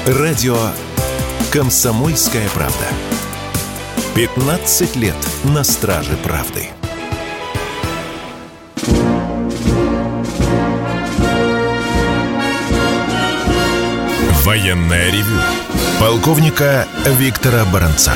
Радио «Комсомольская правда». 15 лет на страже правды. Военное ревю полковника Виктора Баранца.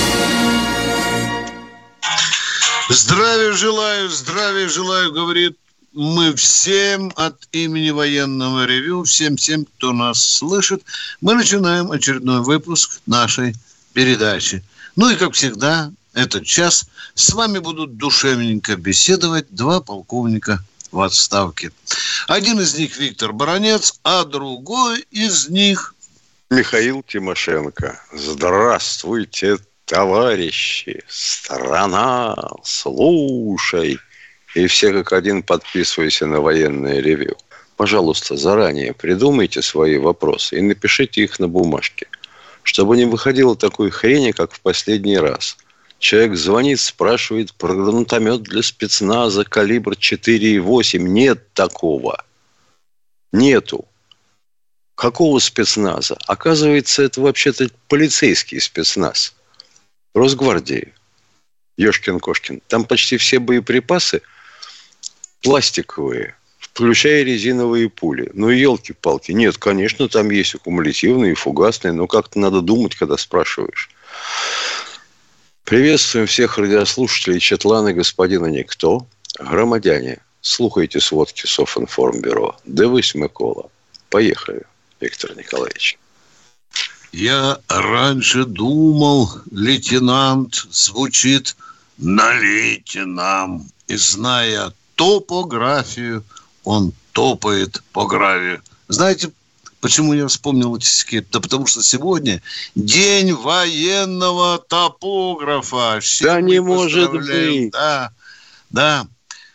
Здравия желаю, говорит мы всем от имени военного ревю, всем, кто нас слышит. Мы начинаем очередной выпуск нашей передачи. Ну и, как всегда, этот час с вами будут душевненько беседовать два полковника в отставке. Один из них Виктор Баранец, а другой из них Михаил Тимошенко. Здравствуйте, товарищи! Страна, слушай! И все как один подписывайся на военное ревью. Пожалуйста, заранее придумайте свои вопросы и напишите их на бумажке, чтобы не выходило такой хрени, как в последний раз. Человек звонит, спрашивает про гранатомет для спецназа калибр 4,8. Нет такого. Нету. Какого спецназа? Оказывается, это вообще-то полицейский спецназ. Росгвардии. Ёшкин-кошкин. Там почти все боеприпасы пластиковые, включая резиновые пули. Ну, елки-палки. Нет, конечно, там есть и кумулятивные, и фугасные, но как-то надо думать, когда спрашиваешь. Приветствуем всех радиослушателей Четлана господина Никто. Громадяне, слухайте сводки Софинформбюро. Дивись, Микола. Поехали, Виктор Николаевич. Я раньше думал, лейтенант звучит «налейте нам». И зная топографию, он топает по гравию. Знаете, почему я вспомнил эти стихи? Да потому что сегодня день военного топографа. Да не может быть. Да.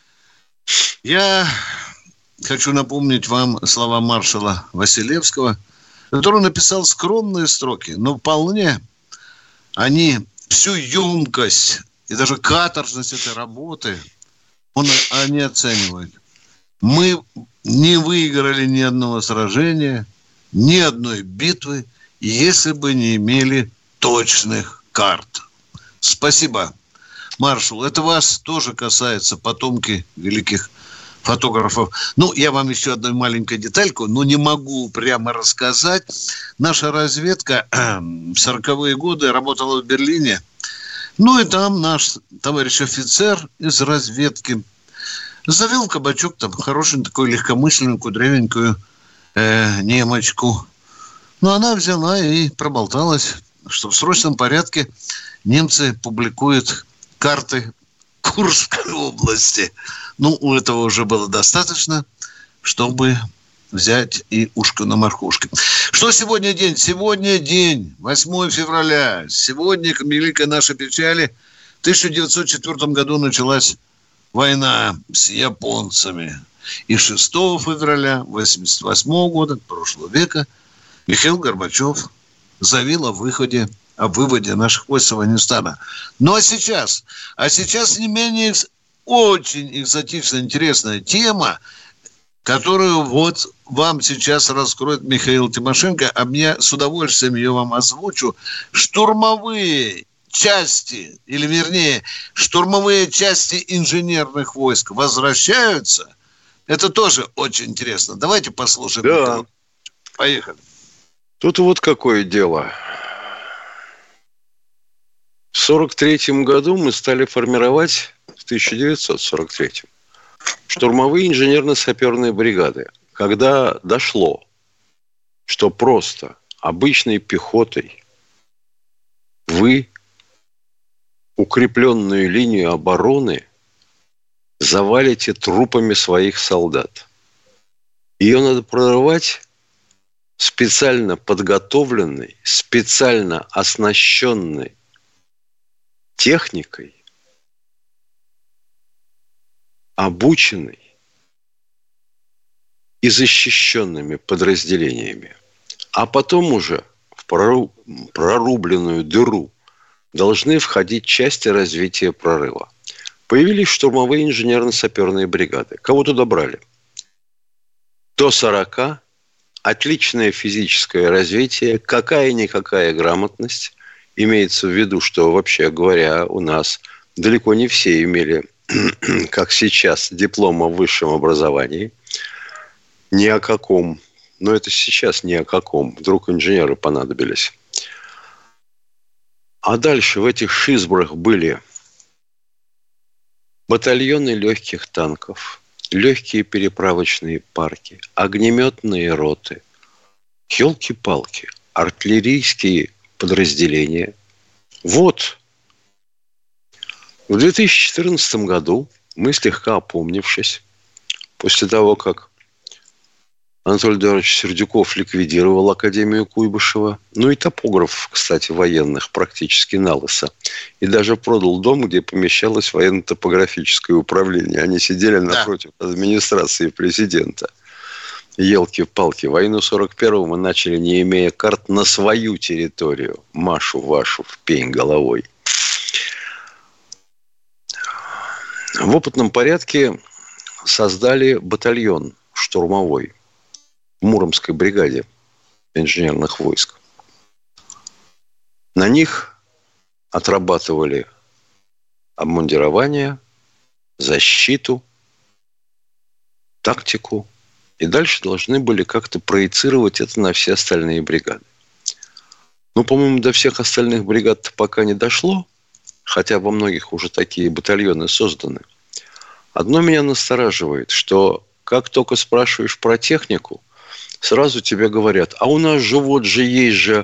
Я хочу напомнить вам слова маршала Василевского, который написал скромные строки, но вполне они всю емкость и даже каторжность этой работы они оценивают. Мы не выиграли ни одного сражения, ни одной битвы, если бы не имели точных карт. Спасибо, маршал. Это вас тоже касается, потомки великих фотографов. Ну, я вам еще одну маленькую детальку, но не могу прямо рассказать. Наша разведка в 40-е годы работала в Берлине. Ну, и там наш товарищ офицер из разведки завел кабачок, там хорошую такую легкомысленную, кудрявенькую немочку. Но она взяла и проболталась, что в срочном порядке немцы публикуют карты Курской области. Ну, у этого уже было достаточно, чтобы взять и ушко на макушке. Что сегодня день? Сегодня день, 8 февраля. Сегодня, к великой нашей печали, в 1904 году началась война с японцами. И 6 февраля 1988 года, прошлого века, Михаил Горбачев заявил о выводе наших войск с Афганистана. Ну, а сейчас не менее очень экзотичная, интересная тема, которую вот вам сейчас раскроет Михаил Тимошенко, а мне с удовольствием ее вам озвучу. Штурмовые части, или вернее, штурмовые части инженерных войск возвращаются. Это тоже очень интересно. Давайте послушаем. Да. Поехали. Тут вот какое дело. В 1943 году мы стали формировать, в 1943, штурмовые инженерно-саперные бригады. Когда дошло, что просто обычной пехотой вы укрепленную линию обороны завалите трупами своих солдат. Ее надо прорывать специально подготовленной, специально оснащенной техникой, обученной и защищенными подразделениями. А потом уже в прорубленную дыру должны входить части развития прорыва. Появились штурмовые инженерно-саперные бригады. Кого туда брали? До 40, отличное физическое развитие, какая-никакая грамотность. Имеется в виду, что, вообще говоря, у нас далеко не все имели, как сейчас, диплом о высшем образовании. Ни о каком. Но это сейчас ни о каком. Вдруг инженеры понадобились. А дальше в этих шизбрах были батальоны легких танков, легкие переправочные парки, огнеметные роты, елки-палки, артиллерийские подразделения. Вот. В 2014 году мы, слегка опомнившись, после того, как Анатолий Эдуардович Сердюков ликвидировал Академию Куйбышева, ну и топографов, кстати, военных практически налысо, и даже продал дом, где помещалось военно-топографическое управление. Они сидели напротив администрации президента. Елки-палки. Войну 41-го мы начали, не имея карт, на свою территорию. Машу вашу в пень головой. В опытном порядке создали батальон штурмовой в Муромской бригаде инженерных войск. На них отрабатывали обмундирование, защиту, тактику. И дальше должны были как-то проецировать это на все остальные бригады. Ну, по-моему, до всех остальных бригад пока не дошло, хотя во многих уже такие батальоны созданы. Одно меня настораживает, что как только спрашиваешь про технику, сразу тебе говорят, а у нас же вот же есть же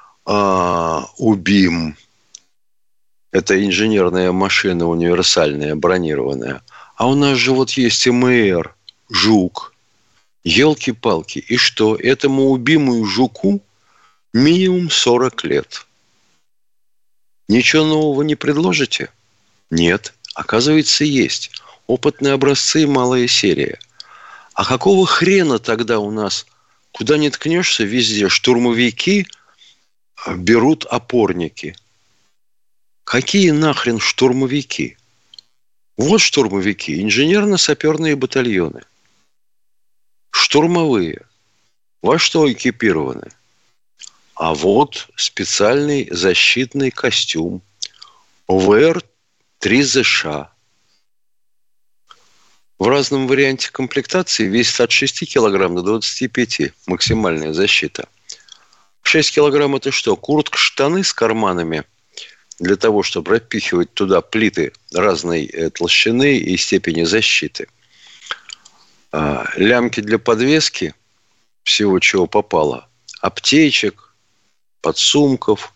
УБИМ. Это инженерная машина универсальная, бронированная. А у нас же вот есть МР, Жук. Елки-палки. И что? Этому УБИМу и Жуку минимум 40 лет. Ничего нового не предложите? Нет. Оказывается, есть. Опытные образцы и малая серия. А какого хрена тогда у нас, куда ни ткнешься, везде штурмовики берут опорники? Какие нахрен штурмовики? Вот штурмовики, инженерно-саперные батальоны. Штурмовые. Во что экипированы? А вот специальный защитный костюм. ОВР-3ЗШ. В разном варианте комплектации весит от 6 килограмм до 25 максимальная защита. 6 килограмм это что? Куртка, штаны с карманами для того, чтобы пропихивать туда плиты разной толщины и степени защиты. Лямки для подвески, всего чего попало. Аптечек, подсумков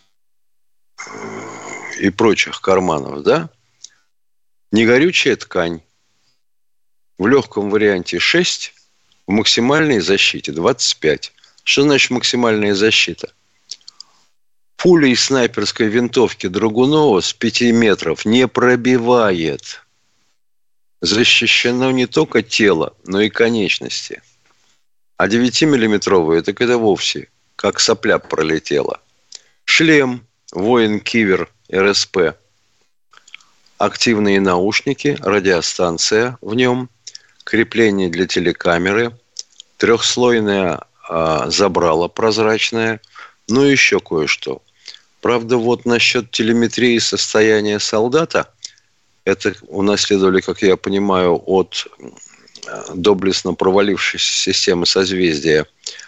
и прочих карманов, да? Негорючая ткань. В легком варианте 6, в максимальной защите 25. Что значит максимальная защита? Пуля из снайперской винтовки Драгунова с 5 метров не пробивает. Защищено не только тело, но и конечности. А 9-миллиметровая, так это вовсе как сопля пролетела. Шлем, воин-кивер, РСП. Активные наушники, радиостанция в нем, крепление для телекамеры, трехслойное забрало прозрачное, ну и еще кое-что. Правда, вот насчет телеметрии состояния солдата, это унаследовали, как я понимаю, от доблестно провалившейся системы созвездия.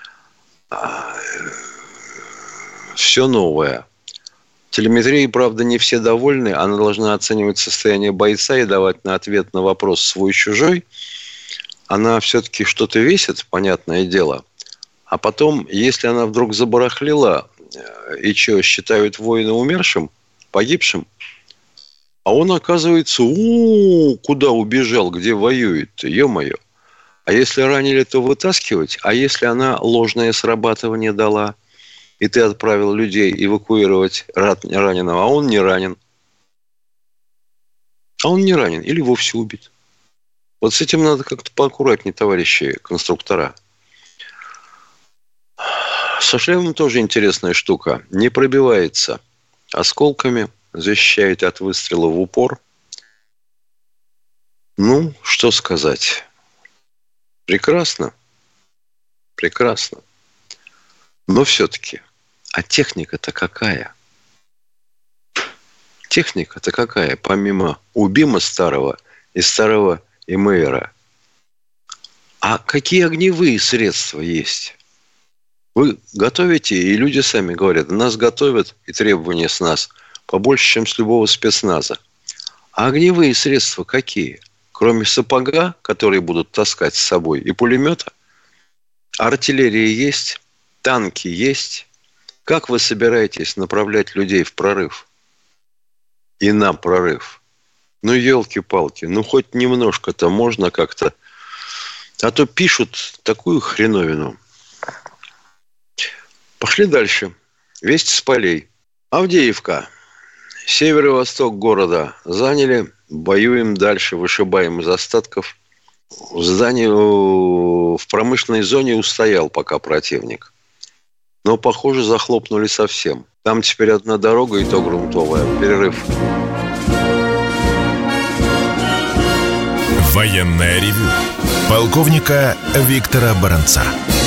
Все новое. Телеметрией, правда, не все довольны. Она должна оценивать состояние бойца и давать на ответ на вопрос свой-чужой. Она все-таки что-то весит, понятное дело. А потом, если она вдруг забарахлила, и что, считают воина умершим, погибшим, а он, оказывается, куда убежал, где воюет-то, ё-моё. А если ранили, то вытаскивать. А если она ложное срабатывание дала, и ты отправил людей эвакуировать раненого, а он не ранен. А он не ранен или вовсе убит. Вот с этим надо как-то поаккуратнее, товарищи конструктора. Со шлемом тоже интересная штука. Не пробивается осколками, защищает от выстрела в упор. Ну, что сказать. Прекрасно. прекрасно. Но все-таки, а техника-то какая? Техника-то какая, помимо УБИМа старого и старого ИМРа? А какие огневые средства есть? Вы готовите, и люди сами говорят, нас готовят, и требования с нас побольше, чем с любого спецназа. А огневые средства какие? Кроме сапога, которые будут таскать с собой, и пулемета, артиллерия есть, танки есть. Как вы собираетесь направлять людей в прорыв? И на прорыв? Ну, елки-палки, ну, хоть немножко-то можно как-то. А то пишут такую хреновину. Пошли дальше. Вести с полей. Авдеевка. Северо-восток города заняли. Воюем дальше, вышибаем из остатков. В промышленной зоне устоял пока противник. Но, похоже, захлопнули совсем. Там теперь одна дорога, и то грунтовая. Перерыв. Военное ревю полковника Виктора Баранца.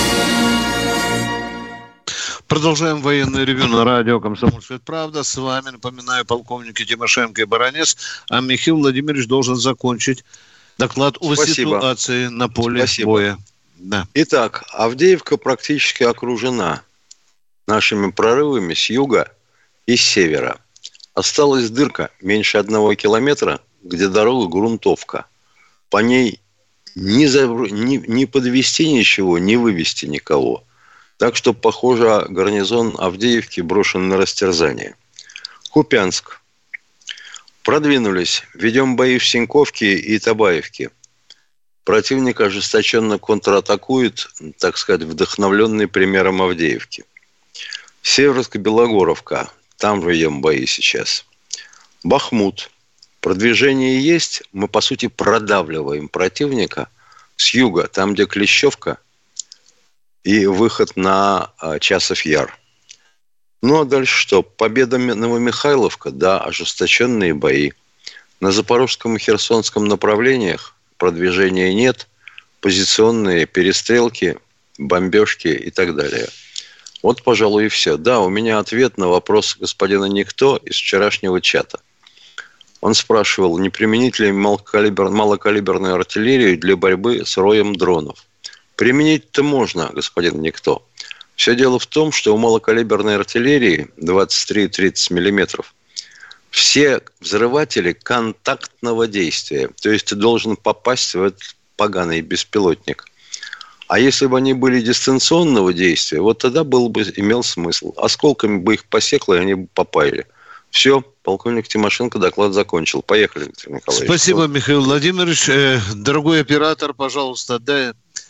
Продолжаем военное ревю на радио «Комсомольская правда». С вами, напоминаю, полковники Тимошенко и Баранец. А Михаил Владимирович должен закончить доклад о ситуации на поле боя. Да. Итак, Авдеевка практически окружена нашими прорывами с юга и с севера. Осталась дырка меньше 1 километра, где дорога грунтовка. По ней не подвести ничего, не вывести никого. Так что, похоже, гарнизон Авдеевки брошен на растерзание. Купянск. Продвинулись. Ведем бои в Синьковке и Табаевке. Противник ожесточенно контратакует, так сказать, вдохновленный примером Авдеевки. Северско-Белогоровка. Там ведем бои сейчас. Бахмут. Продвижение есть. Мы, по сути, продавливаем противника с юга, там, где Клещевка, и выход на Часов Яр. Ну, а дальше что? Победа Новомихайловка, да, ожесточенные бои. На Запорожском и Херсонском направлениях продвижения нет, позиционные перестрелки, бомбежки и так далее. Вот, пожалуй, и все. Да, у меня ответ на вопрос господина Никто из вчерашнего чата. Он спрашивал, не применить ли малокалиберную артиллерию для борьбы с роем дронов. Применить-то можно, господин Никто. Все дело в том, что у малокалиберной артиллерии 23-30 миллиметров все взрыватели контактного действия. То есть ты должен попасть в этот поганый беспилотник. А если бы они были дистанционного действия, вот тогда имел смысл. Осколками бы их посекло, и они бы попали. Все, полковник Тимошенко доклад закончил. Поехали, Виктор Николаевич. Спасибо, Михаил Владимирович. Дорогой оператор, пожалуйста, дай...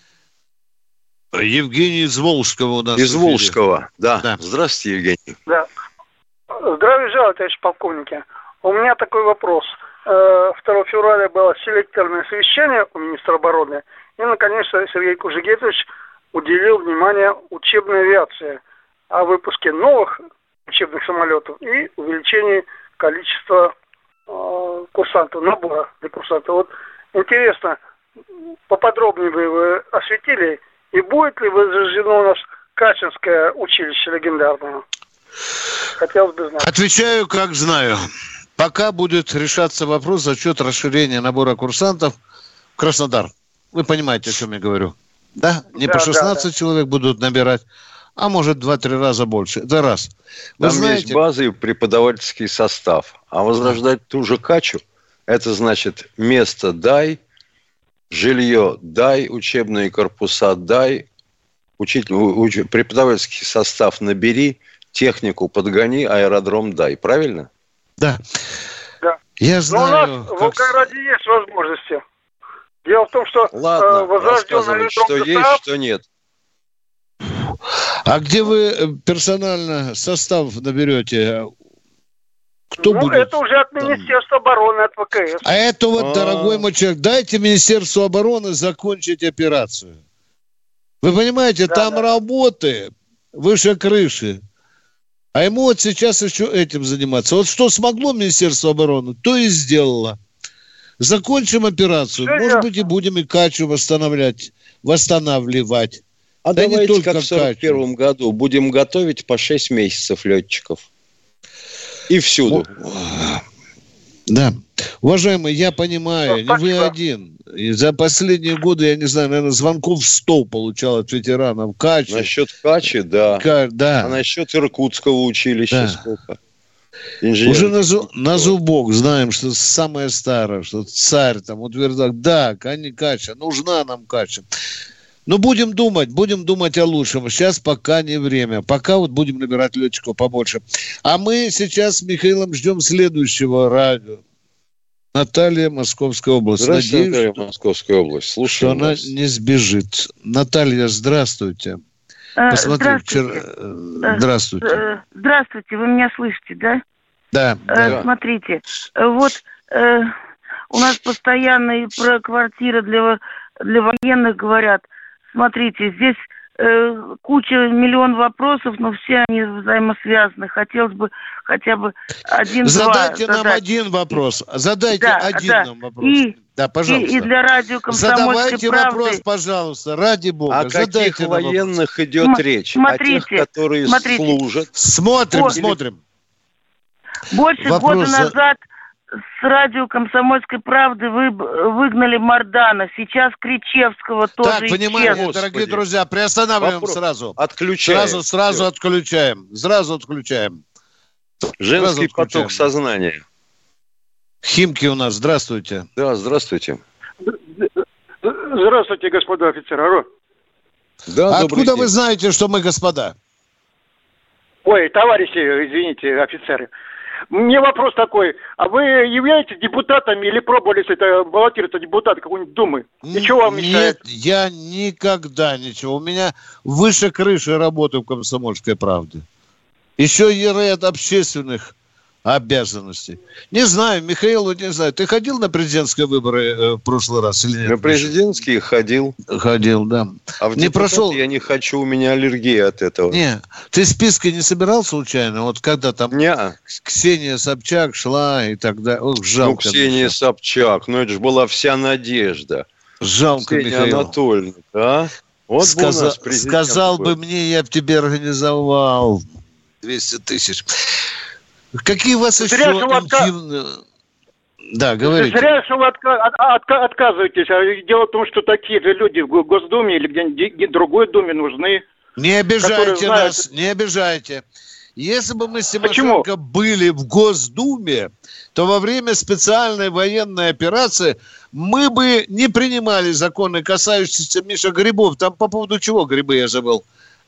Евгений из Волжского у нас. Из Волжского, да. Здравствуйте, Евгений. Да. Здравия желаю, товарищ полковники. У меня такой вопрос. 2 февраля было селекторное совещание у министра обороны. И, наконец-то, Сергей Кужегетович уделил внимание учебной авиации о выпуске новых учебных самолетов и увеличении количества курсантов, набора для курсантов. Вот интересно, поподробнее бы вы осветили, и будет ли возрождено у нас Качинское училище легендарное? Хотелось бы знать. Отвечаю, как знаю. Пока будет решаться вопрос за счет расширения набора курсантов в Краснодар. Вы понимаете, о чем я говорю? Да? Не по 16 человек будут набирать, а может 2-3 раза больше. Это раз. Вы знаете, есть базы и преподавательский состав. А возрождать ту же Качу, это значит место дай, жилье дай, учебные корпуса дай, преподавательский состав набери, технику подгони, аэродром дай. Правильно? Да. Да. Я знаю. Но у нас в Волгограде есть возможности. Дело в том, что возрожденный что есть, что нет. А где вы персонально состав наберете? Кто будет? Это уже от Министерства обороны, от ВКС. А это вот, дорогой мой человек, дайте Министерству обороны закончить операцию. Вы понимаете, там работы выше крыши. А ему вот сейчас еще этим заниматься. Вот что смогло Министерство обороны, то и сделало. Закончим операцию. Может быть, и будем и Качу восстанавливать. А Да не давайте, только как в 1941 году, будем готовить по 6 месяцев летчиков. И всюду. Да. Уважаемый, я понимаю, не вы Спасибо. один. И за последние годы, я не знаю, наверное, звонков 100 получал от ветеранов. Качи. Насчет Качи, да. Да. А насчет Иркутского училища Да. сколько? Уже на зубок знаем, что самое старое, что царь там утверждал, да, Кача, нужна нам Кача. Но будем думать о лучшем. Сейчас пока не время. Пока вот будем набирать летчиков побольше. А мы сейчас с Михаилом ждем следующего радио. Наталья, Московская область. Здравствуйте, Надеюсь, Наталья, Московская область. что Слушаю она вас. не сбежит. Наталья, здравствуйте. Посмотри, здравствуйте. Здравствуйте, вы меня слышите, да? Да. Смотрите, вот у нас постоянно и про квартиры для военных говорят. Смотрите, здесь миллион вопросов, но все они взаимосвязаны. Хотелось бы хотя бы один-два Задайте нам задать. один вопрос. Задайте один нам вопрос. Да, пожалуйста. И для радио «Комсомольской Задавайте правды». вопрос, пожалуйста, ради бога. О каких военных идет речь? Смотрите, О тех, которые служат. Смотрим. Больше года назад с радио «Комсомольской правды» выгнали Мардана. Сейчас Кричевского тоже Так, понимаете, исчез. дорогие друзья, приостанавливаем сразу. Отключаем. Сразу отключаем. Женский поток сознания. Химки у нас, здравствуйте. Да, здравствуйте. Здравствуйте, господа офицеры. Алло. Да, откуда вы знаете, что мы господа? Ой, товарищи, извините, офицеры. Мне вопрос такой. А вы являетесь депутатами или пробовались баллотироваться депутата какой-нибудь Думы? И что вам мешает? Нет, я никогда ничего. У меня выше крыши работы в «Комсомольской правде». Еще и ряд общественных обязанностей. Не знаю, Михаил, не знаю. Ты ходил на президентские выборы в прошлый раз или нет? На президентские ходил. Ходил, да. А в не прошел. Я не хочу, у меня аллергия от этого. Не, ты списки не собирал случайно? Вот когда там Ксения Собчак шла и тогда... Ох, жалко. Ксения Собчак, это же была вся надежда. Жалко, Ксения Михаил. Анатольевна, да? Вот сказал бы мне, я бы тебе организовал 200 тысяч. Какие у вас еще интимные... Да, говорите. Зря, что вы отказываетесь. Дело в том, что такие же люди в Госдуме или где-нибудь в другой Думе нужны. Не обижайте нас, не обижайте. Если бы мы с Тимошенко были в Госдуме, то во время специальной военной операции мы бы не принимали законы, касающиеся, Миша, грибов. Там по поводу чего грибы, я забыл?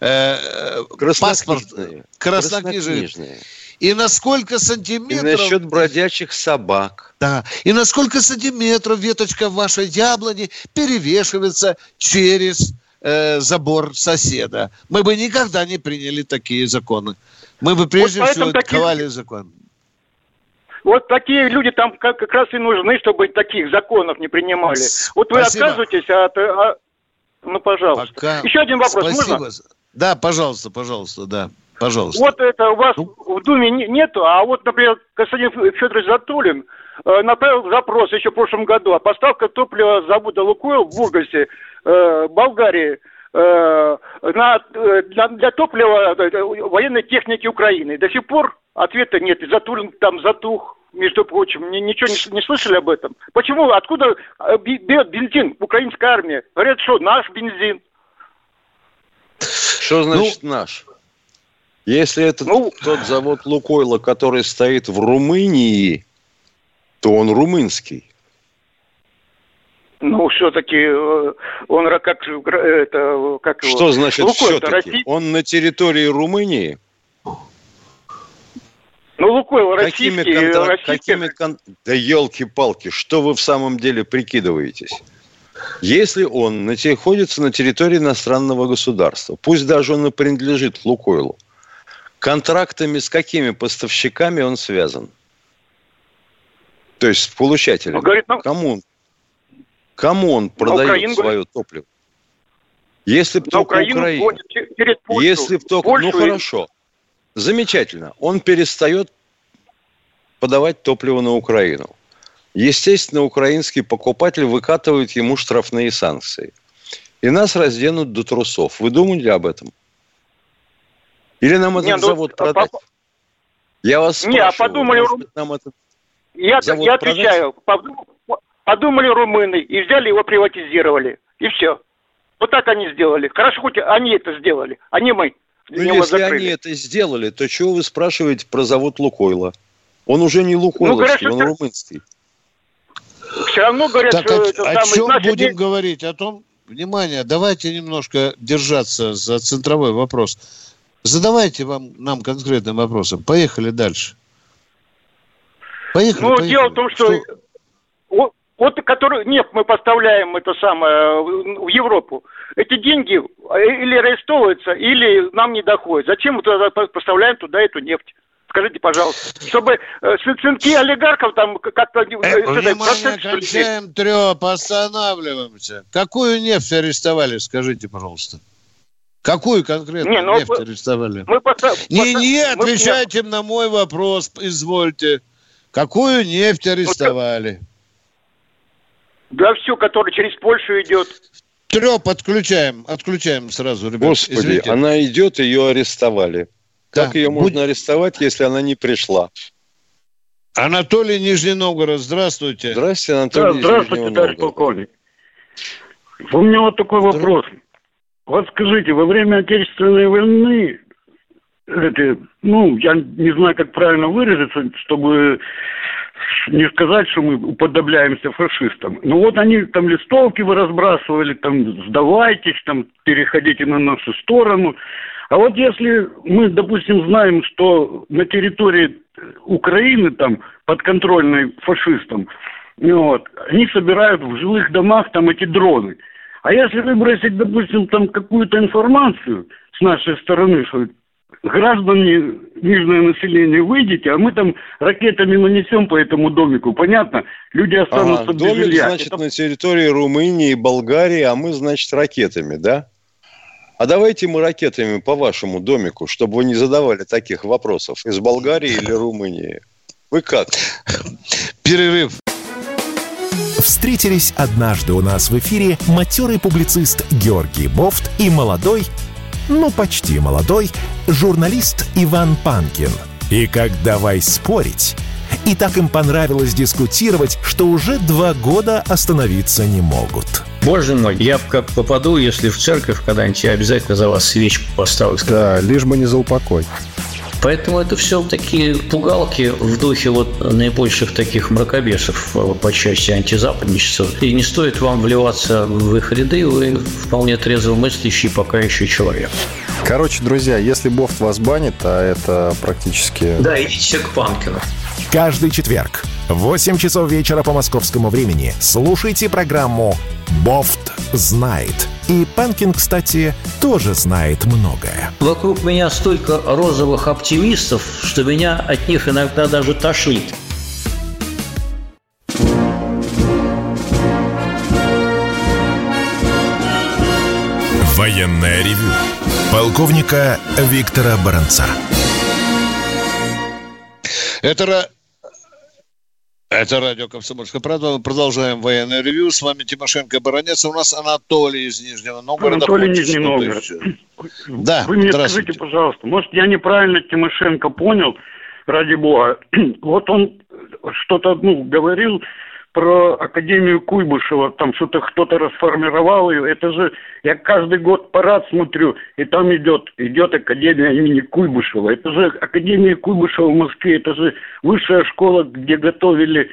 Паспорт. Краснокнижные. И на сколько сантиметров... И насчет бродячих собак. Да. И на сколько сантиметров веточка вашей яблони перевешивается через забор соседа. Мы бы никогда не приняли такие законы. Мы бы прежде всего ковали закон. Вот такие люди там как раз и нужны, чтобы таких законов не принимали. Вот вы отказываетесь от... Ну, пожалуйста. Пока... Еще один вопрос. Спасибо. Можно? Да, пожалуйста, да. Пожалуйста. Вот это у вас в Думе нету, а вот, например, Константин Федорович Затулин направил запрос еще в прошлом году о поставке топлива завода «Лукойл» в Бургасе, Болгарии, для топлива военной техники Украины. До сих пор ответа нет. Затулин там затух, между прочим. Ничего не слышали об этом? Почему? Откуда берет бензин украинская армия? Говорят, что наш бензин. Что значит наш? Если это тот завод «Лукойла», который стоит в Румынии, то он румынский. Ну, все-таки он как его... Что значит «Лукойл» все-таки? Он на территории Румынии? Ну, «Лукойл» российский. Да елки-палки, что вы в самом деле прикидываетесь? Если он находится на территории иностранного государства, пусть даже он и принадлежит «Лукойлу», контрактами с какими поставщиками он связан? То есть с получателем. Кому он продает свое топливо? Если бы только Украина. Если бы только... Ну, хорошо. Замечательно. Он перестает подавать топливо на Украину. Естественно, украинский покупатель выкатывает ему штрафные санкции. и нас разденут до трусов. Вы думали об этом? Или нам этот завод продать? Я вас спрашиваю. Не, подумали... нам этот я отвечаю. Подумали румыны и взяли его, приватизировали. И все. Вот так они сделали. Хорошо, хоть они это сделали, а не мы. Ну, если они это сделали, то чего вы спрашиваете про завод «Лукойла»? Он уже не лукойловский, он румынский. Все равно говорят, так, что... о чем будем говорить? О том... Внимание, давайте немножко держаться за центровой вопрос. Задавайте нам конкретным вопросом. Поехали дальше. Поехали. Дело в том, что... Вот, который нефть мы поставляем в Европу. Эти деньги или арестовываются, или нам не доходят. Зачем мы туда поставляем туда эту нефть? Скажите, пожалуйста. Чтобы сынки олигархов там как-то... Внимание, кончаем трёп, останавливаемся. Какую нефть арестовали, скажите, пожалуйста? Какую конкретно нефть арестовали? Не отвечайте на мой вопрос, извольте. Какую нефть арестовали? Да все, который через Польшу идет. Трёп отключаем сразу, ребят. Господи, извините. Она идет, ее арестовали. Да. Как ее можно арестовать, если она не пришла? Анатолий, Нижний Новгород, здравствуйте. Здравствуйте, Анатолий. Здравствуйте, товарищ полковник. У меня вот такой вопрос. Вот скажите, во время Отечественной войны, я не знаю, как правильно выразиться, чтобы не сказать, что мы уподобляемся фашистам. Но вот они там листовки вы разбрасывали, там сдавайтесь, там переходите на нашу сторону. А вот если мы, допустим, знаем, что на территории Украины, там, подконтрольной фашистам, они собирают в жилых домах там эти дроны. А если выбросить, допустим, там какую-то информацию с нашей стороны, что граждане, мирное население, выйдете, а мы там ракетами нанесем по этому домику, понятно? Люди останутся без домик, жилья. значит, на территории Румынии, Болгарии, а мы, значит, ракетами, да? А давайте мы ракетами по вашему домику, чтобы вы не задавали таких вопросов. Из Болгарии или Румынии? Вы как? Перерыв. Встретились однажды у нас в эфире матерый публицист Георгий Бофт и молодой, почти молодой, журналист Иван Панкин. И как давай спорить. И так им понравилось дискутировать, что уже 2 года остановиться не могут. Боже мой, я как попаду, если в церковь когда-нибудь, я обязательно за вас свечку поставлю. Да, лишь бы не за упокой. Поэтому это все такие пугалки в духе наибольших таких мракобесов по части антизападничества. И не стоит вам вливаться в их ряды, вы вполне трезвомыслящий пока еще человек. Короче, друзья, если Бофт вас банит, а это практически... Да, идите к Панкину. Каждый четверг в 8 часов вечера по московскому времени слушайте программу «Бофт знает». И Панкин, кстати, тоже знает многое. Вокруг меня столько розовых оптимистов, что меня от них иногда даже тошнит. Военное ревю полковника Виктора Баранца. Это радио «Комсомольская правда». Продолжаем военное ревью. С вами Тимошенко, Баранец. У нас Анатолий из Нижнего Новгорода. Анатолий, Нижний Новгород. Да, вы мне скажите, пожалуйста, может, я неправильно Тимошенко понял, ради бога. Вот он что-то говорил про Академию Куйбышева, там что-то кто-то расформировал ее. Это же, я каждый год парад смотрю, и там идет Академия имени Куйбышева. Это же Академия Куйбышева в Москве, это же высшая школа, где готовят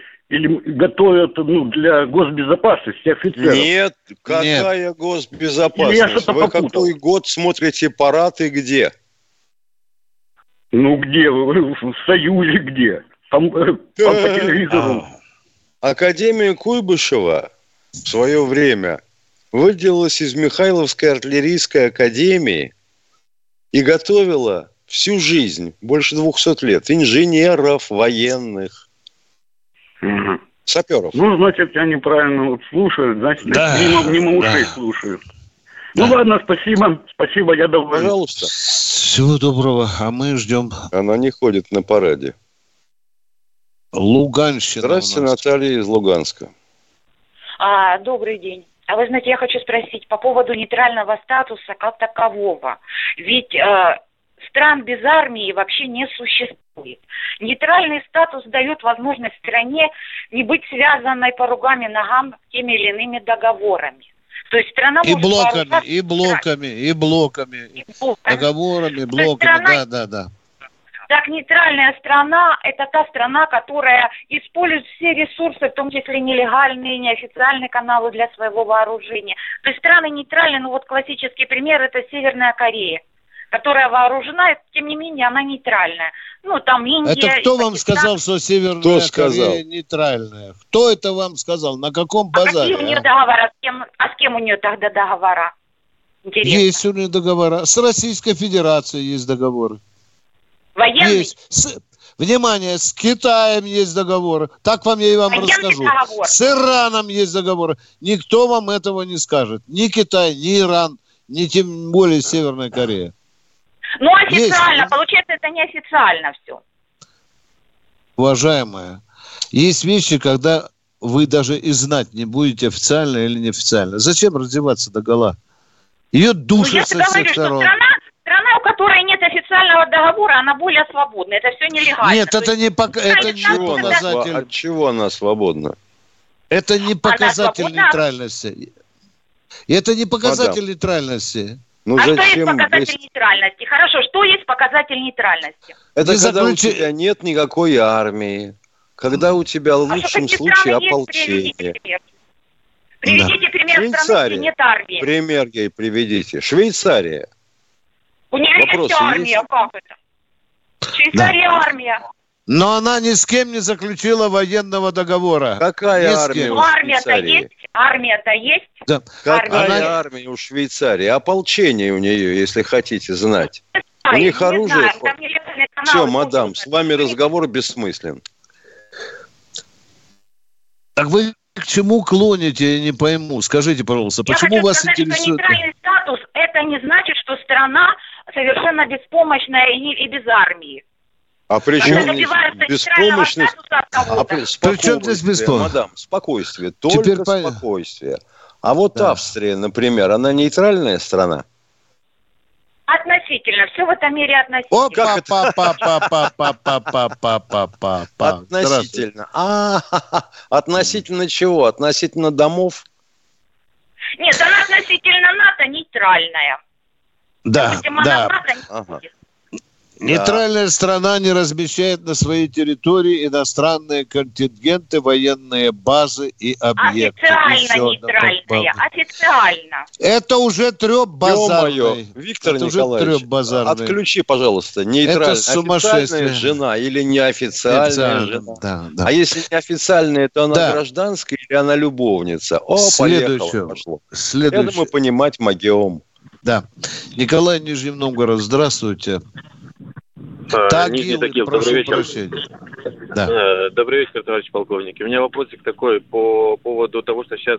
для госбезопасности офицеров. Нет, какая госбезопасность? Вы какой год смотрите парад и где? Где? В Союзе где? Там по телевизору. Академия Куйбышева в свое время выделилась из Михайловской артиллерийской академии и готовила всю жизнь, больше 200 лет, инженеров, военных, саперов. Значит, я неправильно слушаю, значит, мимо ушей слушаю. Ладно, спасибо, я доволен. Пожалуйста. Всего доброго, а мы ждем. Она не ходит на параде. Луганщина. Здравствуйте, Наталья из Луганска. Добрый день. А вы знаете, я хочу спросить по поводу нейтрального статуса как такового. Ведь стран без армии вообще не существует. Нейтральный статус дает возможность стране не быть связанной по рукам и ногам теми или иными договорами. То есть страна и может блоками, и блоками, договорами, блоками, да. Так, нейтральная страна – это та страна, которая использует все ресурсы, в том числе нелегальные, неофициальные каналы для своего вооружения. То есть страны нейтральные, ну вот классический пример – это Северная Корея, которая вооружена, тем не менее, она нейтральная. Ну, там Индия... Это кто вам сказал, что Северная Корея нейтральная? Кто это вам сказал? На каком базаре? Какие у нее договора? С кем у нее тогда договора? Интересно. Есть у нее договора. С Российской Федерацией есть договоры. Военный? Есть. Внимание, с Китаем есть договоры. Так вам я и вам расскажу. Договор. С Ираном есть договоры. Никто вам этого не скажет. Ни Китай, ни Иран, ни тем более Северная Корея. Ну, официально. Есть. Получается, это неофициально все. Уважаемая, есть вещи, когда вы даже и знать не будете, официально или неофициально. Зачем раздеваться догола? Ее душат со всех сторон. Страна, у которой нет официального договора, она более свободна. Это все нелегально. Нет, это не показатель. От чего она свободна? Это не показатель нейтральности. Это не показатель нейтральности. Ну, что есть показатель нейтральности? Хорошо, что есть показатель нейтральности? Это когда у тебя нет никакой армии. Когда у тебя в лучшем случае ополчение. Приведите пример страны, где нет армии. Пример ей приведите. Швейцария. У нее есть армия, как это? Швейцария армия. Но она ни с кем не заключила военного договора. Какая армия у Швейцарии? Армия-то есть. Да. Какая армия у Швейцарии? Ополчение у нее, если хотите знать. У них оружие. Все, мадам, с вами разговор бессмыслен. Так вы к чему клоните, я не пойму. Скажите, пожалуйста, почему вас интересует... Нейтральный статус, это не значит, что страна совершенно беспомощная и без армии. А при чем беспомощность? При чем здесь беспомощность? Мадам, спокойствие, только спокойствие. А вот Австрия, например, она нейтральная страна? Относительно. Все в этом мире относительно. Относительно. Относительно чего? Относительно домов? Нет, она относительно НАТО нейтральная. Да. Нейтральная страна не размещает на своей территории иностранные контингенты, военные базы и объекты. Официально нейтральная, официально. Это уже трёп базарный. Ё-моё, Виктор Николаевич, отключи, пожалуйста, нейтральная, официальная жена или неофициальная жена. Да. А если неофициальная, то она гражданская или она любовница? Поехало, пошло. Это мы понимать могем. Да. Николай, Нижний Новгород, здравствуйте. Нижний Тагил, добрый вечер. Да. Добрый вечер, товарищ полковник. У меня вопросик такой по поводу того, что сейчас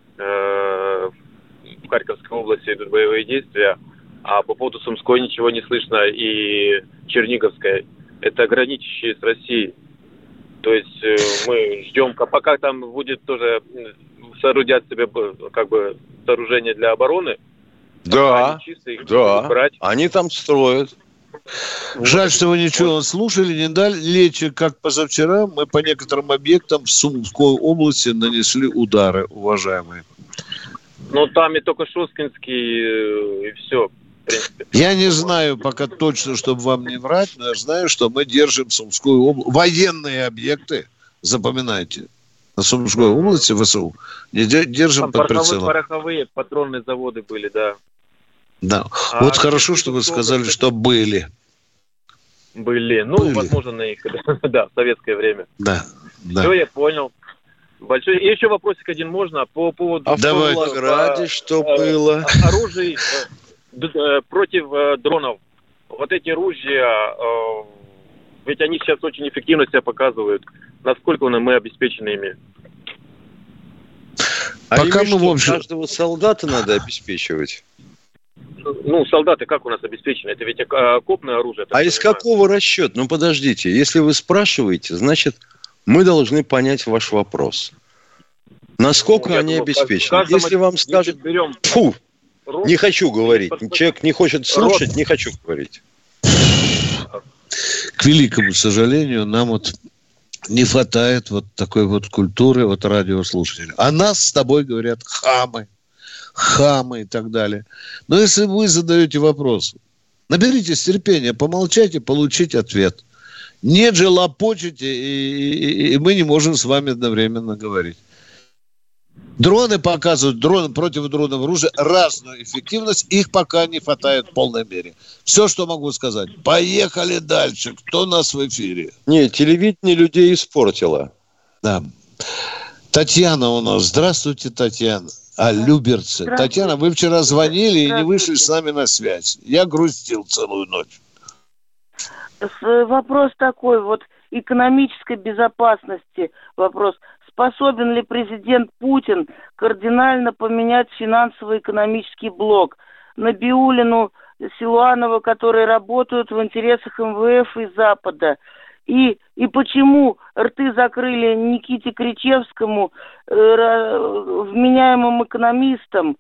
в Харьковской области идут боевые действия, а по поводу Сумской ничего не слышно и Черниговской. Это граничащие с Россией. То есть мы ждем, пока там будет тоже соорудят себе как бы сооружение для обороны. Да, они там строят. Жаль, что вы ничего слушали, не дали лечь, как позавчера мы по некоторым объектам в Сумской области нанесли удары, уважаемые. Ну, там и только Шосткинский, и все, в принципе. Я не знаю пока точно, чтобы вам не врать, но я знаю, что мы держим Сумскую область. Военные объекты, запоминайте, на Сумской области ВСУ держим под прицелом. Пороховые патронные заводы были, да. Да. Вот хорошо, что вы сказали, что были. Были. Возможно, на их, да, в советское время. Да. Все, я понял. Большой. И еще вопросик один можно по поводу... А в Павлограде что было? Оружие против дронов. Вот эти ружья, ведь они сейчас очень эффективно себя показывают. Насколько мы обеспечены ими? Пока мы, в общем... Каждого солдата надо обеспечивать. Солдаты как у нас обеспечены? Это ведь окопное оружие. А из какого расчета? Подождите. Если вы спрашиваете, значит, мы должны понять ваш вопрос. Насколько они обеспечены? Если вам скажут, фу, не хочу говорить, человек не хочет слушать, не хочу говорить. К великому сожалению, нам вот не хватает вот такой вот культуры вот радиослушателей. А нас с тобой говорят хамы и так далее. Но если вы задаете вопрос, наберитесь терпения, помолчайте, получите ответ. Нет же, лопочете, и мы не можем с вами одновременно говорить. Дроны показывают, противодроновое оружие, разную эффективность. Их пока не хватает в полной мере. Все, что могу сказать. Поехали дальше. Кто у нас в эфире? Не, телевидение людей испортило. Да. Татьяна у нас. Здравствуйте, Татьяна. Люберцы. Татьяна, вы вчера звонили и не вышли с нами на связь. Я грустил целую ночь. Вопрос такой, вот экономической безопасности вопрос. Способен ли президент Путин кардинально поменять финансово-экономический блок? Набиуллину, Силуанова, которые работают в интересах МВФ и Запада. И почему рты закрыли Никите Кричевскому, вменяемым экономистам,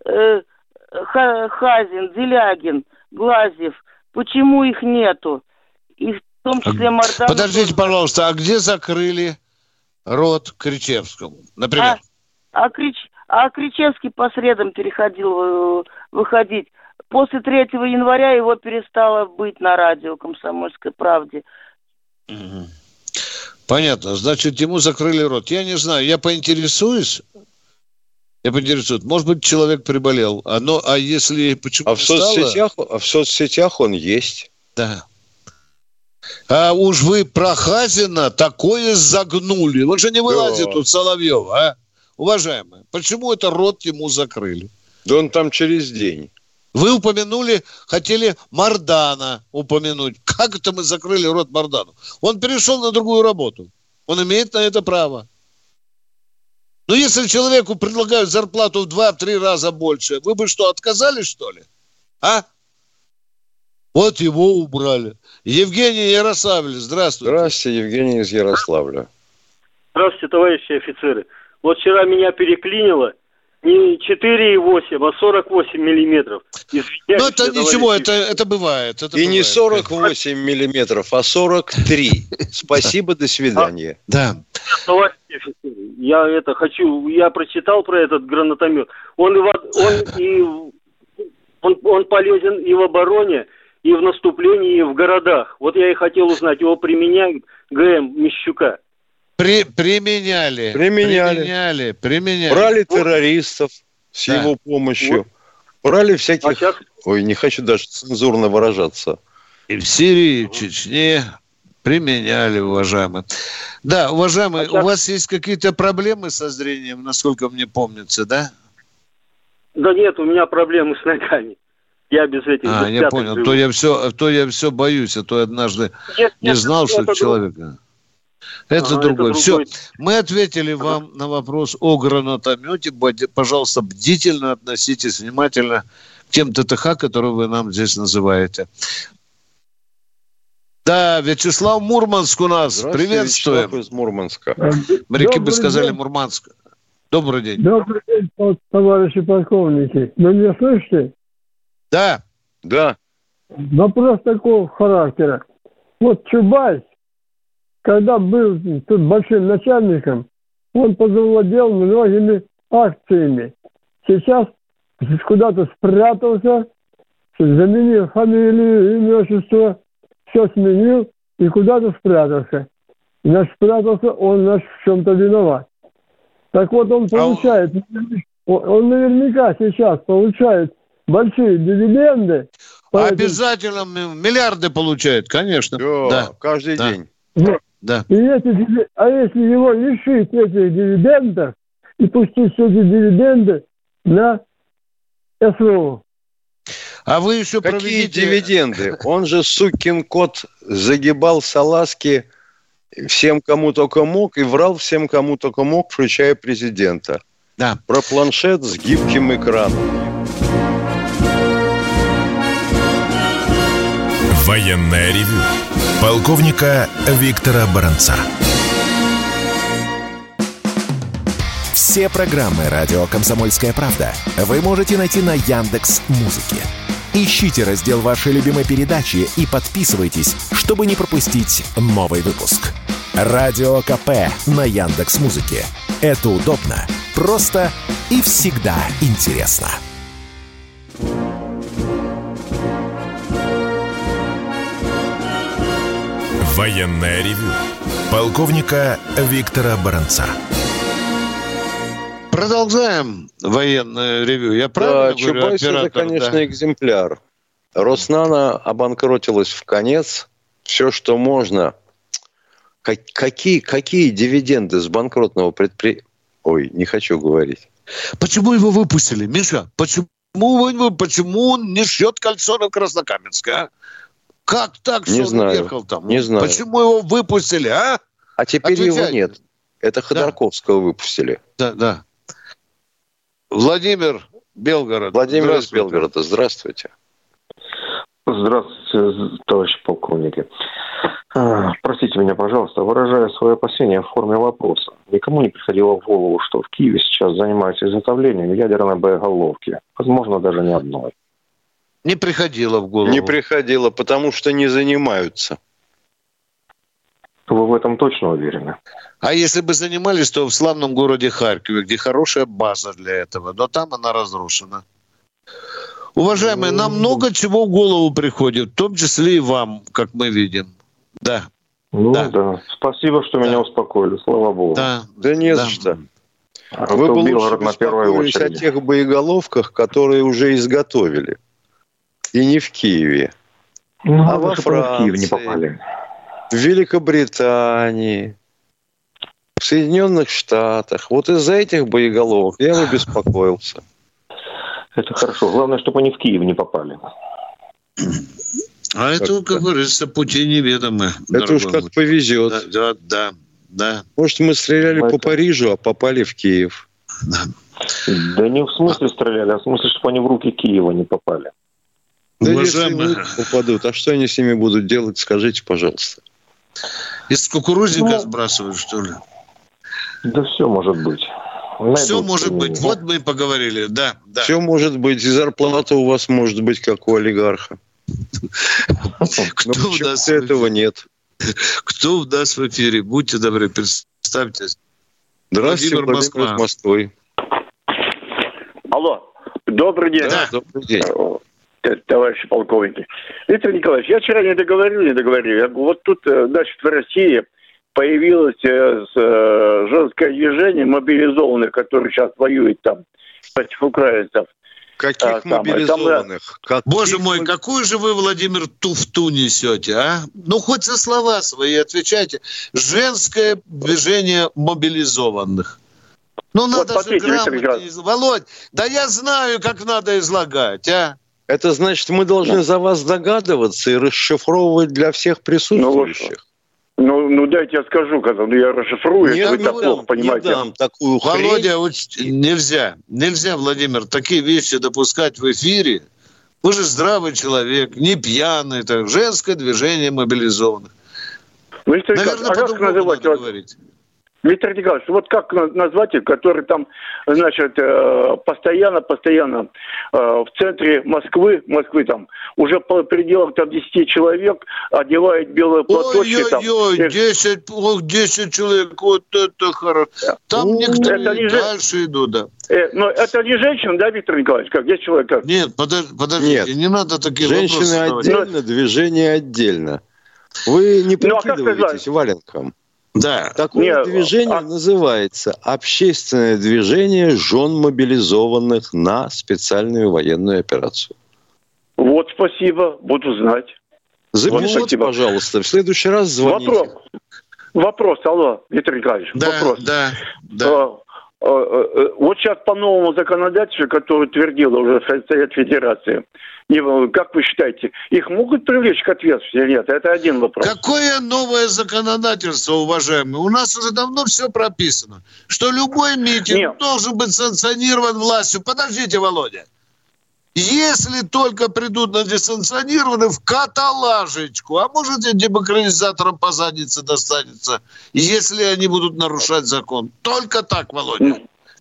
Хазин, Делягин, Глазьев? Почему их нету? И в том числе Морданов... Подождите, пожалуйста, а где закрыли рот Кричевскому, например? Кричевский по средам переходил выходить. После 3 января его перестало быть на радио «Комсомольской правде». Понятно. Значит, ему закрыли рот. Я не знаю, я поинтересуюсь. Может быть, человек приболел. А если почему в соцсетях он есть. Да. А уж вы про Хазина такое загнули. Он же не вылазит тут, Соловьев, а? Уважаемые, почему это рот ему закрыли? Да он там через день. Вы упомянули, хотели Мардана упомянуть. Как это мы закрыли рот Мардану? Он перешел на другую работу. Он имеет на это право. Но если человеку предлагают зарплату в 2-3 раза больше, вы бы что, отказались, что ли? А? Вот его убрали. Евгений Ярославль, здравствуйте. Здравствуйте, Евгений из Ярославля. Здравствуйте, товарищи офицеры. Вот вчера меня переклинило не 4,8, а 48 миллиметров. Извиняюсь. Ну, это ничего, это бывает. Не 48 миллиметров, а 43. Спасибо, до свидания. Да. Товарищи офицеры, я прочитал про этот гранатомет. Он полезен и в обороне, и в наступлении, и в городах. Вот я и хотел узнать, его применяют ГМ Мищука. Применяли. Брали террористов с его помощью. Брали всяких... Ой, не хочу даже цензурно выражаться. И в Сирии, и в Чечне применяли, уважаемые. Да, уважаемые, у вас есть какие-то проблемы со зрением, насколько мне помнится, да? Да нет, у меня проблемы с ногами. Я без этих... я понял. То я все боюсь, а то однажды не знал, что человека... Это другое. Все. Мы ответили вам на вопрос о гранатомете. Пожалуйста, бдительно относитесь, внимательно к тем ТТХ, которые вы нам здесь называете. Да, Вячеслав, Мурманск у нас. Приветствуем. Вячеслав из Мурманска. Моряки бы сказали Мурманск. Добрый день. Добрый день, товарищи полковники. Вы меня слышите? Да. Вопрос такого характера. Вот Чубайс, когда был тут большим начальником, он позавладел многими акциями. Сейчас куда-то спрятался, заменил фамилию, имя, отчество, все сменил и куда-то спрятался. Значит, спрятался, он, в чем-то виноват. Так вот, он получает, он наверняка сейчас получает большие дивиденды. Обязательно миллиарды получает, конечно. Да, каждый день. Вот. Да. А если его лишить этих дивидендов и пустить все эти дивиденды на СВО? А вы еще Какие дивиденды? Он же, сукин кот, загибал салазки всем, кому только мог, и врал всем, кому только мог, включая президента. Да. Про планшет с гибким экраном. Военное ревю полковника Виктора Баранца. Все программы «Радио Комсомольская правда» вы можете найти на Яндекс.Музыке. Ищите раздел вашей любимой передачи и подписывайтесь, чтобы не пропустить новый выпуск. Радио КП на Яндекс.Музыке. Это удобно, просто и всегда интересно. Военное ревю полковника Виктора Баранца. Продолжаем военное ревю. Я правильно говорю, Чубайс оператор? Это, конечно, экземпляр. Роснано обанкротилась в конец. Все, что можно. Какие дивиденды с банкротного предприятия? Ой, не хочу говорить. Почему его выпустили, Миша? Почему он не шьет кольцо на Краснокаменске, а? Как так, что он уехал там? Не знаю. Почему его выпустили, а? А теперь его нет. Это Ходорковского выпустили. Да. Владимир Белгород. Владимир из Белгорода. Здравствуйте. Здравствуйте, товарищи полковники. Простите меня, пожалуйста, выражаю свое опасение в форме вопроса. Никому не приходило в голову, что в Киеве сейчас занимаются изготовлением ядерной боеголовки. Возможно, даже не одной. Не приходило в голову. Не приходило, потому что не занимаются. Вы в этом точно уверены? А если бы занимались, то в славном городе Харькове, где хорошая база для этого. Но там она разрушена. Уважаемые, нам много чего в голову приходит, в том числе и вам, как мы видим. Да. Да. Спасибо, что меня успокоили, слава богу. Да не за что. Вы бы лучше беспокоились о тех боеголовках, которые уже изготовили. И не в Киеве. А во Франции, в Киев не попали. В Великобритании, в Соединенных Штатах. Вот из-за этих боеголовок я бы беспокоился. Это хорошо. Главное, чтобы они в Киев не попали. А это, как говорится, пути неведомы. Это уж как повезет. Да. Может, мы стреляли по Парижу, а попали в Киев. Да не в смысле стреляли, а в смысле, чтобы они в руки Киева не попали. Да если в руки попадут, а что они с ними будут делать, скажите, пожалуйста. Из кукурузника сбрасывают, что ли? Да все может быть. Все может быть. Вот мы и поговорили, да. Все может быть. И зарплата у вас может быть, как у олигарха. Кто у нас этого нет? Кто у нас в эфире? Будьте добры, представьтесь. Здравствуйте, Владимир из Москвы. Алло, добрый день. Да, добрый день. Товарищи полковники. Виктор Николаевич, я вчера не договорил. Вот тут, значит, в России появилось женское движение мобилизованных, которые сейчас воюют там против украинцев. Каких мобилизованных? Боже мой, какую же вы, Владимир, туфту несете, а? Ну, хоть за слова свои отвечайте. Женское движение мобилизованных. Ну, надо вот, же грамотно... Володь, да я знаю, как надо излагать, а? Это значит, мы должны за вас догадываться и расшифровывать для всех присутствующих. Ну дайте я скажу, когда я расшифрую, если вы так плохо понимаете. Не дам такую хрень. Володя, нельзя, Владимир, такие вещи допускать в эфире. Вы же здравый человек, не пьяный, так женское движение мобилизованных. Наверное, по-другому надо говорить. Виктор Николаевич, вот как назвать их, которые там, значит, постоянно в центре Москвы там, уже по пределах там 10 человек одевают белые платочки. Ой-ой-ой, 10 человек, вот это хорошо. Там некоторые дальше идут, да. Но это не женщина, да, Виктор Николаевич? Как 10 человек? Как? Нет, подождите, не надо такие вопросы задавать. Женщины отдельно, движение отдельно. Вы не прикидываетесь валенком. Да. Такое движение называется «Общественное движение жен мобилизованных на специальную военную операцию». Вот, спасибо, буду знать. Запишите, пожалуйста, в следующий раз звоните. Вопрос, алло, Виктор Николаевич, вопрос. Да. Вот сейчас по новому законодательству, которое утвердила уже Совет Федерации, как вы считаете, их могут привлечь к ответственности или нет? Это один вопрос. Какое новое законодательство, уважаемые? У нас уже давно все прописано, что любой митинг должен быть санкционирован властью. Подождите, Володя. Если только придут на несанкционированный в каталажечку, а может и демократизаторам по заднице достанется, если они будут нарушать закон. Только так, Володя.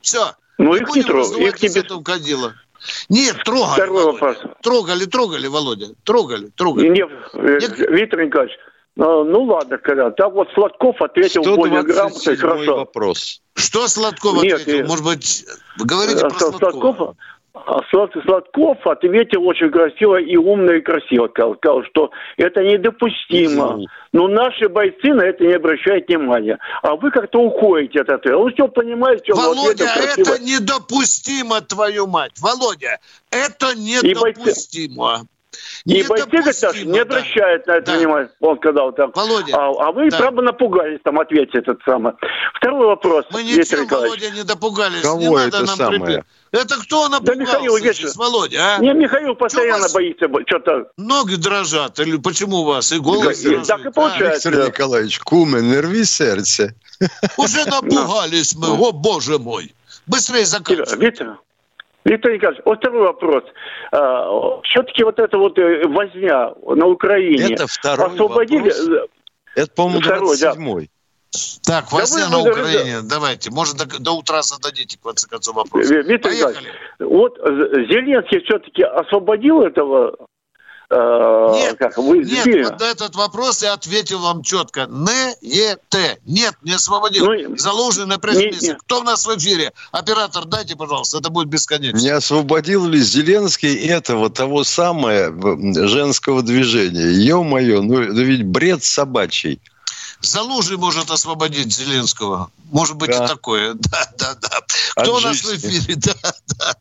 Все. Ну, их не трогали. Их не без... этого кадила. Нет, трогали. Второй вопрос. Трогали, Володя. Трогали. Нет, Виктор Николаевич, ну ладно, когда. Так вот Сладков ответил более грамотно и хорошо. Вопрос. Что Сладков ответил? Может быть, вы говорите про Сладкова? Сладков ответил очень красиво и умно, и красиво. Сказал, что это недопустимо. Но наши бойцы на это не обращают внимания. А вы как-то уходите от этого. Вы все понимаете, что Володя, это недопустимо, твою мать. Володя, это недопустимо. И бойцы, говорят, не обращают на это внимания. Он сказал так. Володя, а вы, правда, напугались там ответить этот самый. Второй вопрос. Мы ничем, Володя, не допугались. Кого не это надо нам самое? Это кто напугался? Да Михаил сейчас, Володя, а? Не, Михаил постоянно боится что-то. Ноги дрожат. Или почему у вас? И голос дрожит. Так и получается. Виктор Николаевич, куме, не рви сердце. Уже напугались мы, о боже мой. Быстрее заканчивай. Виктор Николаевич, вот второй вопрос. Все-таки вот эта вот возня на Украине. Это второй освободили... вопрос. Это, по-моему, 27-й. Так, возня на Украине. Давайте, может, до утра зададите, в конце концов, вопрос. Виктор Николаевич, вот Зеленский все-таки освободил этого... Нет, вот на этот вопрос я ответил вам четко. Нет, не освободил. Заложен на пресс-месте. Кто у нас в эфире? Оператор, дайте, пожалуйста, это будет бесконечно. Не освободил ли Зеленский этого, того самого женского движения? Ё-моё, ну ведь бред собачий. Залужный может освободить Зеленского. Может быть и такое. Да. Кто у нас в эфире? Да.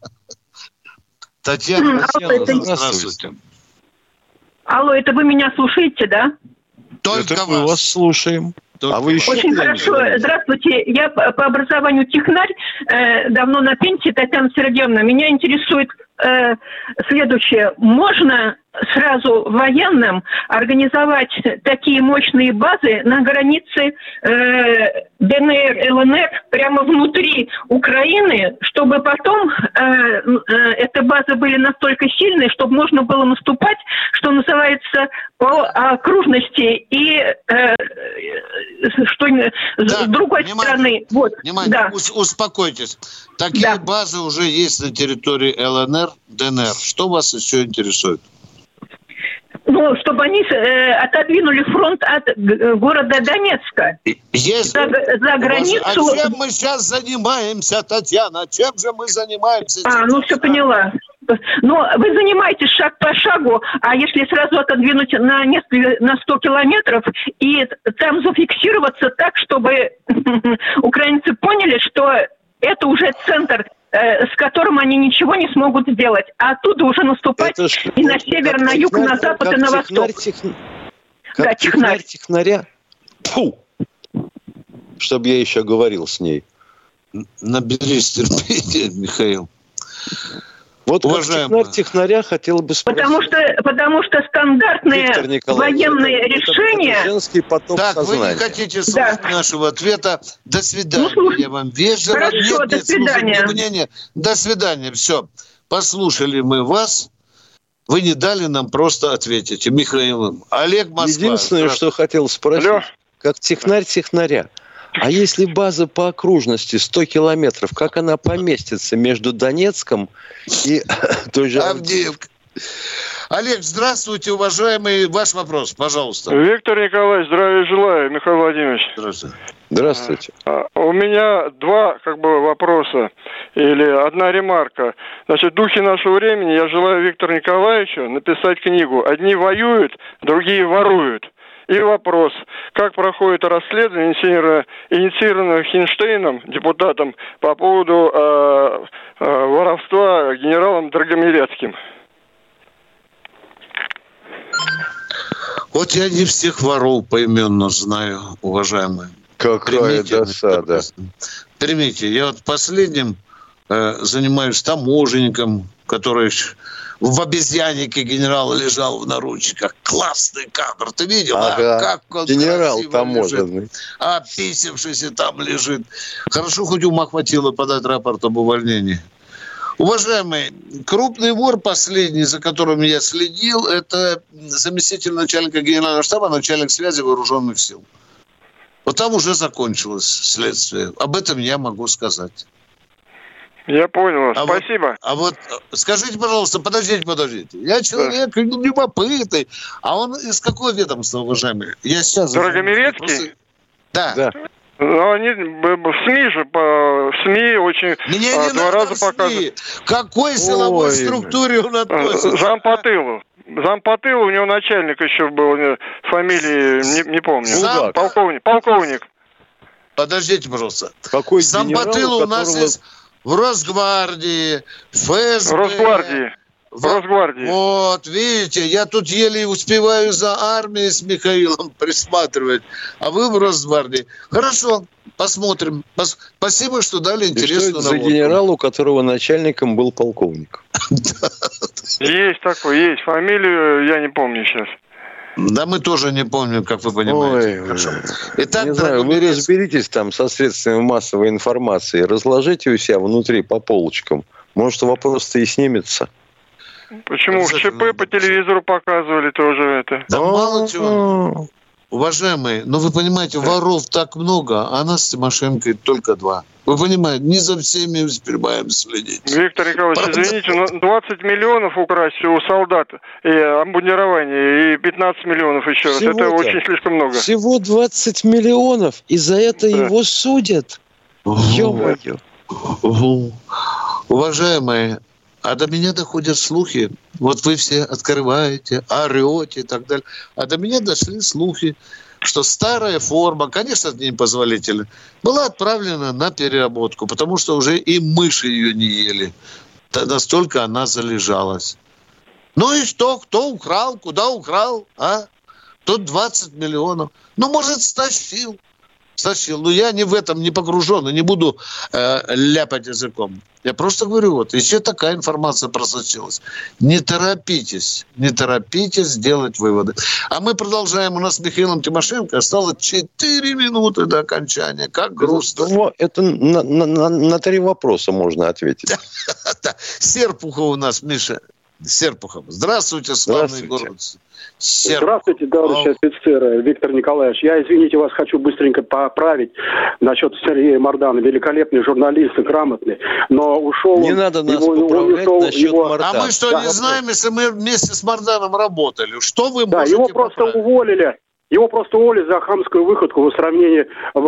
Татьяна, здравствуйте. Алло, это вы меня слушаете, да? Только это мы вас слушаем. А вы еще очень хорошо. Здравствуйте. Я по образованию технарь, давно на пенсии, Татьяна Сергеевна. Меня интересует следующее. Можно сразу военным организовать такие мощные базы на границе ДНР, ЛНР, прямо внутри Украины, чтобы потом эти базы были настолько сильные, чтобы можно было наступать, что называется, по окружности и с другой стороны. Вот. Внимание, успокойтесь. Такие базы уже есть на территории ЛНР, ДНР. Что вас еще интересует? Ну, чтобы они отодвинули фронт от города Донецка за границу. А чем мы сейчас занимаемся, Татьяна? Чем же мы занимаемся? Все поняла. Но вы занимаетесь шаг по шагу, а если сразу отодвинуть на 100 километров и там зафиксироваться так, чтобы украинцы поняли, что это уже центр, с которым они ничего не смогут сделать. А оттуда уже наступать и на север, на юг, на запад и на восток. Как технаря. Фу! Чтобы я еще говорил с ней. Наберись терпения, Михаил. Вот как технаря хотел бы спросить. Потому что стандартные военные решения... Женский поток сознания. Вы не хотите слушать нашего ответа. До свидания. Я вам вежливо... Хорошо, до свидания. До свидания. Все. Послушали мы вас. Вы не дали нам просто ответить. Михаил, Олег, Москва. Единственное, что хотел спросить. Как технарь технаря. А если база по окружности 100 километров, как она поместится между Донецком и той же Авдеевкой? Олег, здравствуйте, уважаемый. Ваш вопрос, пожалуйста. Виктор Николаевич, здравия желаю. Михаил Владимирович. Здравствуйте. У меня два вопроса или одна ремарка. Значит, в духе нашего времени я желаю Виктору Николаевичу написать книгу «Одни воюют, другие воруют». И вопрос, как проходит расследование, инициированное Хинштейном, депутатом, по поводу воровства генералом Драгомилецким? Вот я не всех воров поименно знаю, уважаемые. Какая досада. Примите, я вот последним занимаюсь таможенником, который... В обезьяннике генерал лежал в наручниках. Классный кадр. Ты видел? Ага. Как он генерал таможенный. Описавшийся там лежит. Хорошо, хоть ума хватило подать рапорт об увольнении. Уважаемый, крупный вор последний, за которым я следил, это заместитель начальника генерального штаба, начальник связи вооруженных сил. Вот там уже закончилось следствие. Об этом я могу сказать. Я понял. Спасибо. А вот скажите, пожалуйста, подождите. Я человек любопытный. А он из какого ведомства, уважаемый? Я сейчас... Драгомирецкий? Да. Ну, они в СМИ же, по СМИ очень Мне два раза показывают. К какой силовой структуре он относится? Зампотылу, у него начальник еще был, фамилии не помню. Полковник. Подождите, пожалуйста. Какой Зампотылу у нас есть в Росгвардии, ФСБ. Росгвардии. Вот, видите, я тут еле успеваю за армией с Михаилом присматривать, а вы в Росгвардии. Хорошо, посмотрим. Спасибо, что дали интересную наводку. За генерал, у которого начальником был полковник. Есть такой, есть. Фамилию я не помню сейчас. Да мы тоже не помним, как вы понимаете. Итак, не знаю, вы разберитесь там со средствами массовой информации, разложите у себя внутри по полочкам. Может, вопрос-то и снимется. Почему? В ЧП по телевизору показывали тоже это. Да мало чего. Уважаемые, вы понимаете, воров так много, а нас с Тимошенко только 2. Вы понимаете, не за всеми успеваем следить. Виктор Николаевич, извините, но 20 миллионов украсть у солдат и обмундирование, и 15 миллионов еще раз. Это очень слишком много. Всего 20 миллионов, и за это его судят. Ё-моё. Уважаемые, а до меня доходят слухи, вот вы все открываете, орете и так далее, а до меня дошли слухи, что старая форма, конечно, это непозволительно, была отправлена на переработку, потому что уже и мыши ее не ели. Настолько она залежалась. Ну и что? Кто украл? Куда украл? Тут 20 миллионов. Может, стащил. Но я в этом не погружен и не буду ляпать языком. Я просто говорю, еще такая информация просочилась. Не торопитесь делать выводы. А мы продолжаем. У нас с Михаилом Тимошенко осталось 4 минуты до окончания. Как грустно. Это на 3 вопроса можно ответить. Серпухов у нас, Миша. Серпухов. Здравствуйте, славный город. Здравствуйте, товарищи офицеры. Виктор Николаевич, я, извините, вас хочу быстренько поправить насчет Сергея Мардана. Великолепный журналист и грамотный, но ушел... Не надо нас поправлять насчет Мардана. А мы что, не знаем, если мы вместе с Марданом работали? Что вы можете его просто уволили. Его просто уволили за хамскую выходку в сравнении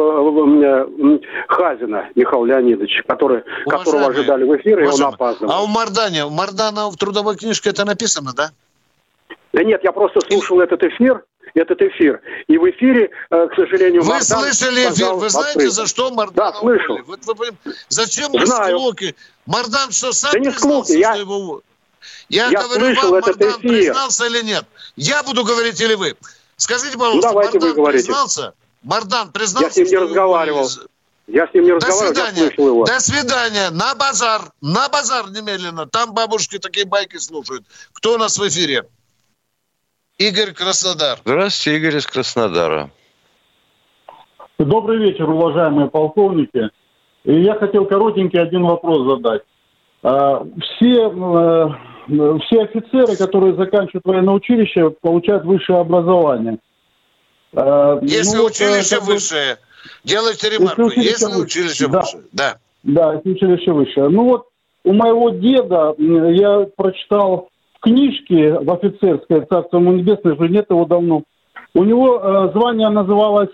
Хазина Михаила Леонидовича, которого ожидали в эфире, и он опаздывал. А у Мардана в трудовой книжке это написано, да? Да нет, я просто слушал этот эфир, и в эфире, к сожалению, Вы слышали эфир? Вы знаете, за что Мардан? Да, слышал. Зачем вы склоки? Мардан что, сам признался, что его... Я говорю слышал вам, этот Мардан эфир. Признался или нет? Я буду говорить или вы? Скажите, пожалуйста, Мардан признался? Мардан признался? Я с ним не разговаривал. До свидания. На базар немедленно. Там бабушки такие байки слушают. Кто у нас в эфире? Игорь, Краснодар. Здравствуйте, Игорь из Краснодара. Добрый вечер, уважаемые полковники. И я хотел коротенький один вопрос задать. Все офицеры, которые заканчивают военное училище, получают высшее образование. Если училище высшее, делайте ремарку. Если училище высшее, да. Да, если училище высшее. У моего деда, я прочитал книжки в офицерской, царство ему небесное, уже нет его давно. У него звание называлось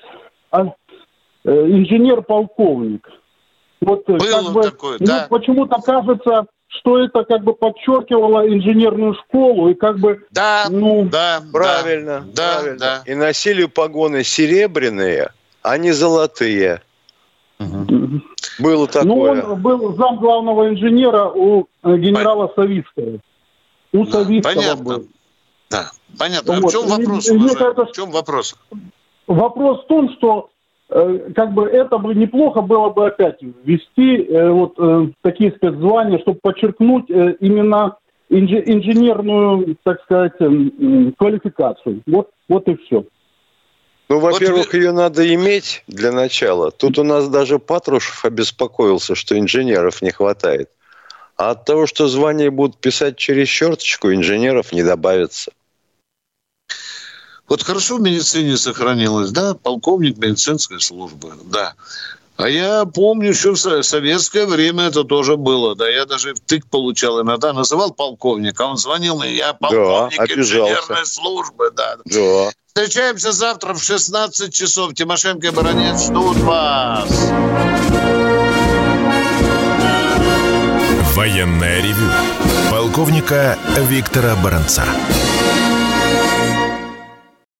инженер-полковник. Было такое, да. Почему-то кажется, что это подчеркивало инженерную школу и Да, правильно. Да. И носили погоны серебряные, а не золотые. Угу. Было такое. Он был зам главного инженера у генерала Савицкого. У Савицкого понятно. был. Да, понятно. А в чем вопрос? В чем вопрос? Вопрос в том, что это бы неплохо было бы опять ввести такие спецзвания, чтобы подчеркнуть именно инженерную, так сказать, квалификацию. Вот и все. Во-первых, ее надо иметь для начала. Тут у нас даже Патрушев обеспокоился, что инженеров не хватает. А от того, что звания будут писать через черточку, инженеров не добавится. Хорошо в медицине сохранилось, да, полковник медицинской службы, да. А я помню, еще в советское время это тоже было. Да, я даже втык получал иногда. Называл полковника. Он звонил мне. Я полковник инженерной службы. Да. Встречаемся завтра в 16 часов. Тимошенко и Баранец ждут вас. Военное ревю полковника Виктора Баранца.